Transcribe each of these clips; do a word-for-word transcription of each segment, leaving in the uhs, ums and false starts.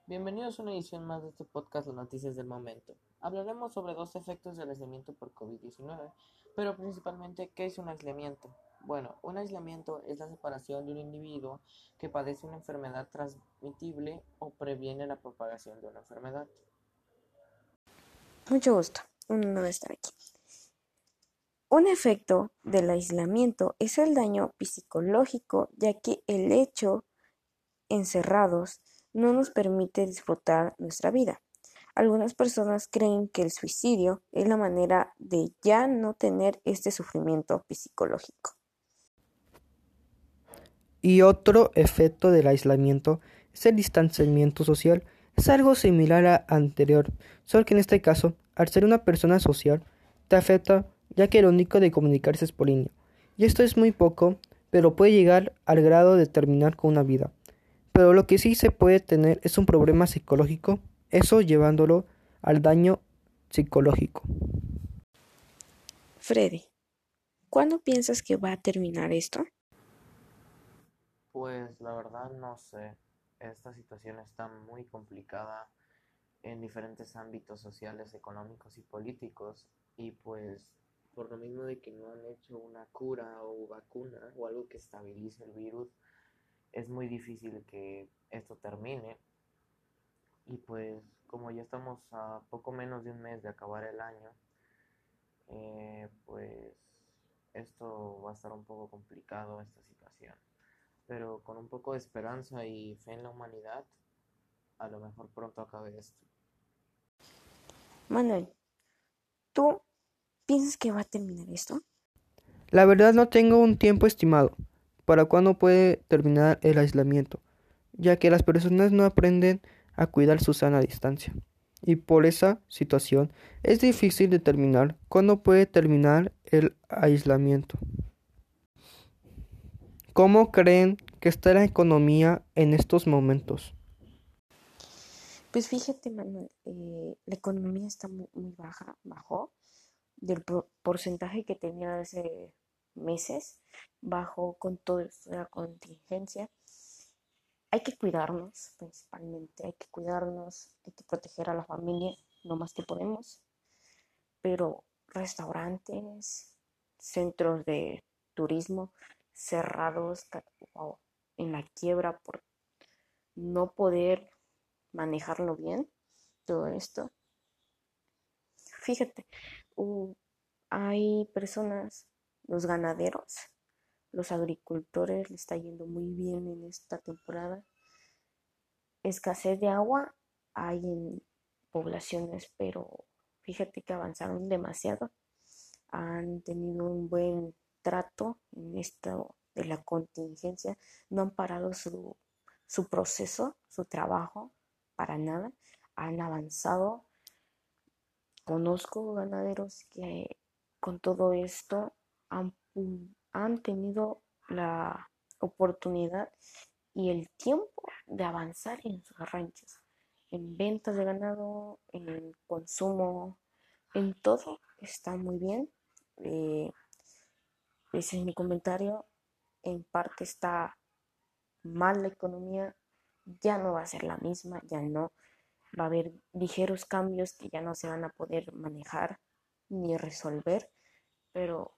Bienvenidos a una edición más de este podcast Las Noticias del Momento. Hablaremos sobre dos efectos del aislamiento por covid diecinueve, pero principalmente, ¿qué es un aislamiento? Bueno, un aislamiento es la separación de un individuo que padece una enfermedad transmitible o previene la propagación de una enfermedad. Mucho gusto, un honor estar aquí. Un efecto del aislamiento es el daño psicológico, ya que el hecho encerrados no nos permite disfrutar nuestra vida. Algunas personas creen que el suicidio es la manera de ya no tener este sufrimiento psicológico. Y otro efecto del aislamiento es el distanciamiento social. Es algo similar a anterior, solo que en este caso, al ser una persona social, te afecta ya que lo único de comunicarse es por línea. Y esto es muy poco, pero puede llegar al grado de terminar con una vida. Pero lo que sí se puede tener es un problema psicológico, eso llevándolo al daño psicológico. Freddy, ¿cuándo piensas que va a terminar esto? Pues la verdad no sé, esta situación está muy complicada en diferentes ámbitos sociales, económicos y políticos, y pues por lo mismo de que no han hecho una cura o vacuna o algo que estabilice el virus, es muy difícil que esto termine. Y pues como ya estamos a poco menos de un mes de acabar el año, eh, pues esto va a estar un poco complicado, esta situación. Pero con un poco de esperanza y fe en la humanidad, a lo mejor pronto acabe esto. Manuel, ¿tú piensas que va a terminar esto? La verdad no tengo un tiempo estimado para cuándo puede terminar el aislamiento, ya que las personas no aprenden a cuidar su sana distancia. Y por esa situación es difícil determinar cuándo puede terminar el aislamiento. ¿Cómo creen que está la economía en estos momentos? Pues fíjate, Manuel, eh, la economía está muy, muy baja, bajó del por- porcentaje que tenía hace meses, bajó con todo esto de la contingencia. Hay que cuidarnos, principalmente, hay que cuidarnos, hay que proteger a la familia lo más que podemos, pero restaurantes, centros de turismo cerrados, ca- o en la quiebra por no poder manejarlo bien, todo esto. Fíjate, uh, hay personas, los ganaderos, los agricultores, le está yendo muy bien en esta temporada. Escasez de agua hay en poblaciones, pero fíjate que avanzaron demasiado. Han tenido un buen trato en esto de la contingencia. No han parado su, su proceso, su trabajo, para nada. Han avanzado. Conozco ganaderos que con todo esto han, han tenido la oportunidad y el tiempo de avanzar en sus ranchos, en ventas de ganado, en consumo, en todo está muy bien. Eh, ese es mi comentario. En parte está mal la economía, ya no va a ser la misma, ya no va a haber ligeros cambios que ya no se van a poder manejar ni resolver, pero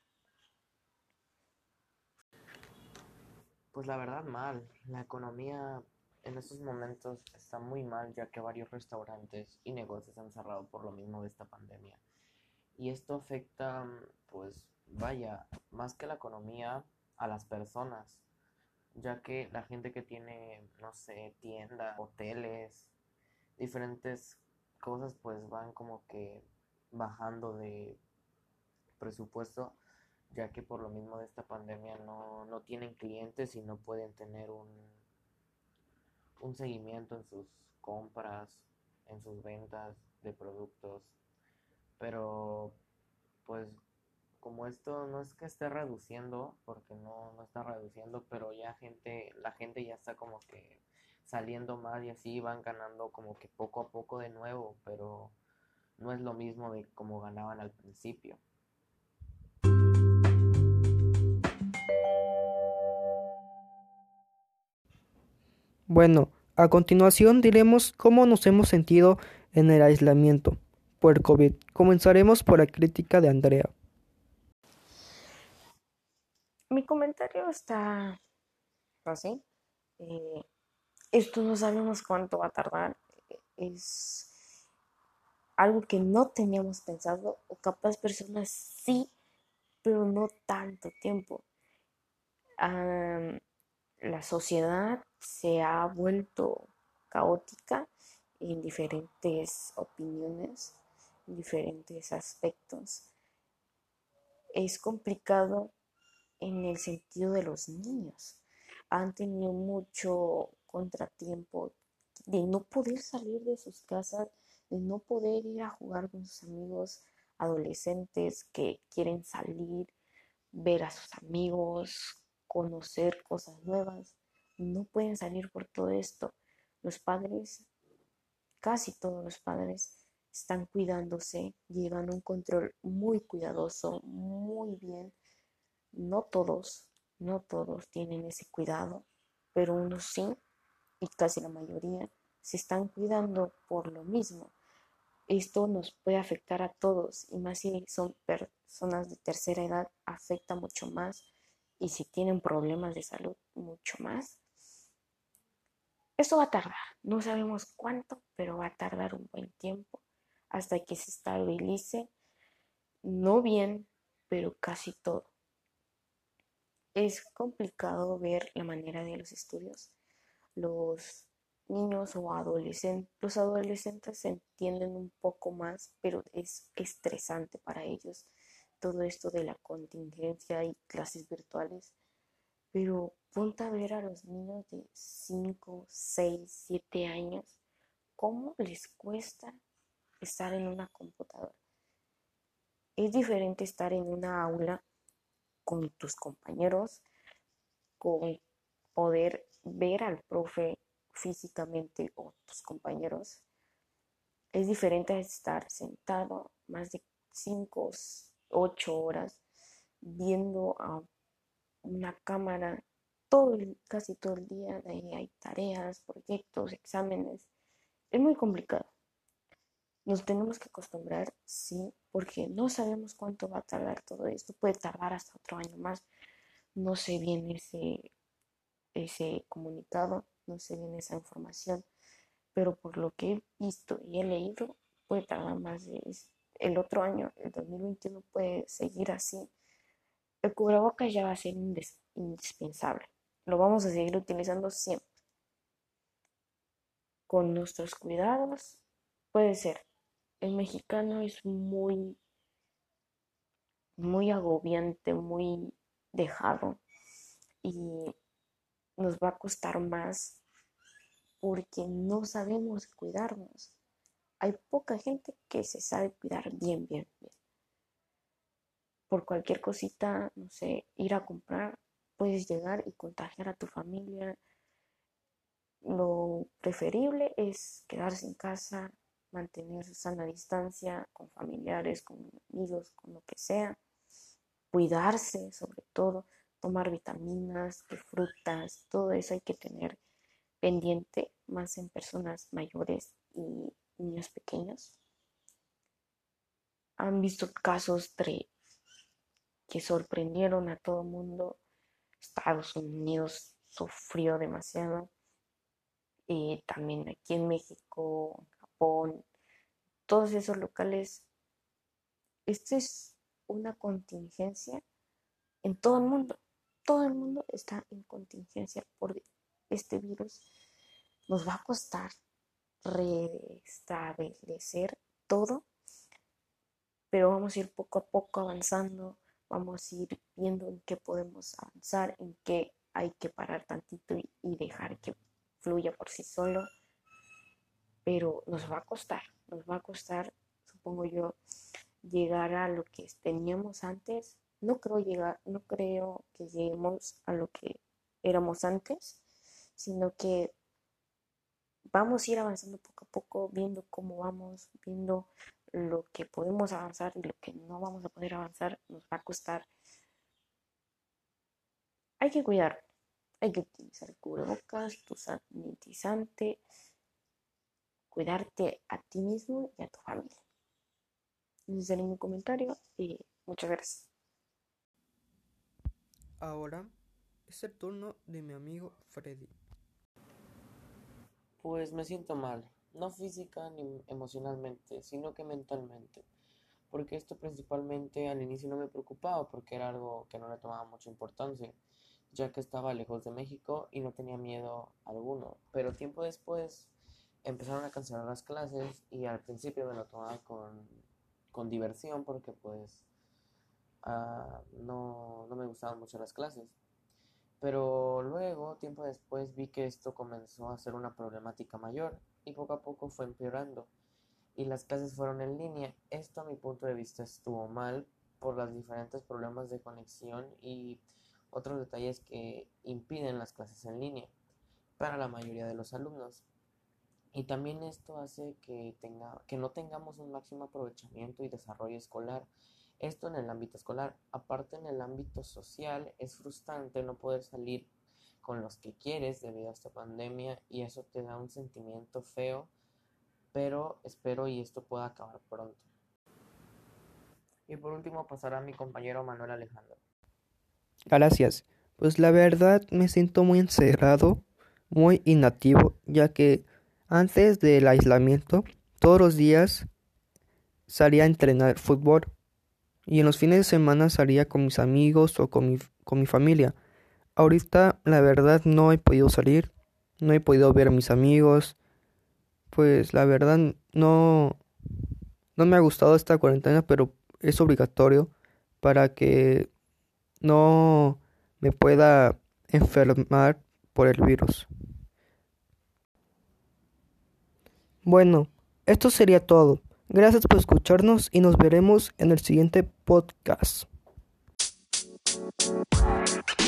Pues la verdad mal, la economía en estos momentos está muy mal ya que varios restaurantes y negocios han cerrado por lo mismo de esta pandemia. Y esto afecta, pues vaya, más que la economía, a las personas, ya que la gente que tiene, no sé, tiendas, hoteles, diferentes cosas, pues van como que bajando de presupuesto, ya que por lo mismo de esta pandemia no, no tienen clientes y no pueden tener un, un seguimiento en sus compras, en sus ventas de productos. Pero pues como esto no es que esté reduciendo, porque no, no está reduciendo, pero ya gente, la gente ya está como que saliendo más y así van ganando como que poco a poco de nuevo, pero no es lo mismo de como ganaban al principio. Bueno, A continuación diremos cómo nos hemos sentido en el aislamiento por el COVID. Comenzaremos por la crítica de Andrea. Mi comentario está así. Eh, esto no sabemos cuánto va a tardar. Es algo que no teníamos pensado, o capaz personas sí, pero no tanto tiempo. Um, la sociedad se ha vuelto caótica en diferentes opiniones, en diferentes aspectos. Es complicado en el sentido de los niños. Han tenido mucho contratiempo de no poder salir de sus casas, de no poder ir a jugar con sus amigos adolescentes que quieren salir, ver a sus amigos, conocer cosas nuevas. No pueden salir por todo esto. Los padres, casi todos los padres, están cuidándose, llevan un control muy cuidadoso, muy bien. No todos, no todos tienen ese cuidado, pero unos sí, y casi la mayoría se están cuidando por lo mismo. Esto nos puede afectar a todos, y más si son personas de tercera edad, afecta mucho más, y si tienen problemas de salud, mucho más. Esto va a tardar, no sabemos cuánto, pero va a tardar un buen tiempo hasta que se estabilice, no bien, pero casi todo. Es complicado ver la manera de los estudios. Los niños o adolescentes, los adolescentes se entienden un poco más, pero es estresante para ellos todo esto de la contingencia y clases virtuales. Pero ponte a ver a los niños de cinco, seis, siete años, cómo les cuesta estar en una computadora. Es diferente estar en una aula con tus compañeros, con poder ver al profe físicamente o tus compañeros. Es diferente a estar sentado más de cinco, ocho horas viendo a una cámara todo el, casi todo el día. De ahí hay tareas, proyectos, exámenes. Es muy complicado. Nos tenemos que acostumbrar, sí, porque no sabemos cuánto va a tardar todo esto. Puede tardar hasta otro año más. No sé bien ese, ese comunicado, no sé bien esa información, pero por lo que he visto y he leído, puede tardar más de el otro año, el dos mil veintiuno puede seguir así. El cubrebocas ya va a ser indes- indispensable. Lo vamos a seguir utilizando siempre. Con nuestros cuidados, puede ser. El mexicano es muy, muy agobiante, muy dejado, y nos va a costar más porque no sabemos cuidarnos. Hay poca gente que se sabe cuidar bien, bien, bien. Por cualquier cosita, no sé, ir a comprar, puedes llegar y contagiar a tu familia. Lo preferible es quedarse en casa, mantener sana distancia con familiares, con amigos, con lo que sea. Cuidarse sobre todo, tomar vitaminas, frutas, todo eso hay que tener pendiente, más en personas mayores y niños pequeños. Han visto casos de, que sorprendieron a todo el mundo. Estados Unidos sufrió demasiado, y también aquí en México, Japón, todos esos locales. Esto es una contingencia en todo el mundo. Todo el mundo está en contingencia por este virus. Nos va a costar restablecer todo, pero vamos a ir poco a poco avanzando, vamos a ir viendo en qué podemos avanzar, en qué hay que parar tantito y, y dejar que fluya por sí solo, pero nos va a costar, nos va a costar, supongo yo, llegar a lo que teníamos antes. No creo llegar, no creo que lleguemos a lo que éramos antes, sino que vamos a ir avanzando poco a poco, viendo cómo vamos, viendo lo que podemos avanzar y lo que no vamos a poder avanzar. Nos va a costar. Hay que cuidar, hay que utilizar cubrebocas, tu sanitizante, cuidarte a ti mismo y a tu familia. Ese sería mi comentario y muchas gracias. Ahora es el turno de mi amigo Freddy. Pues me siento mal, no física ni emocionalmente, sino que mentalmente. Porque esto principalmente al inicio no me preocupaba porque era algo que no le tomaba mucha importancia, ya que estaba lejos de México y no tenía miedo alguno. Pero tiempo después empezaron a cancelar las clases y al principio me lo tomaba con, con diversión porque pues uh, no, no me gustaban mucho las clases. Pero luego, tiempo después, vi que esto comenzó a ser una problemática mayor y poco a poco fue empeorando. Y las clases fueron en línea. Esto a mi punto de vista estuvo mal por los diferentes problemas de conexión y otros detalles que impiden las clases en línea para la mayoría de los alumnos. Y también esto hace que, tenga, que no tengamos un máximo aprovechamiento y desarrollo escolar. Esto en el ámbito escolar. Aparte, en el ámbito social es frustrante no poder salir con los que quieres debido a esta pandemia y eso te da un sentimiento feo, pero espero y esto pueda acabar pronto. Y por último pasará a mi compañero Manuel Alejandro. Gracias. Pues la verdad me siento muy encerrado, muy inactivo, ya que antes del aislamiento todos los días salía a entrenar fútbol y en los fines de semana salía con mis amigos o con mi, con mi familia. Ahorita la verdad no he podido salir, no he podido ver a mis amigos, pues la verdad no, no me ha gustado esta cuarentena, pero es obligatorio para que no me pueda enfermar por el virus. Bueno, esto sería todo. Gracias por escucharnos y nos veremos en el siguiente podcast.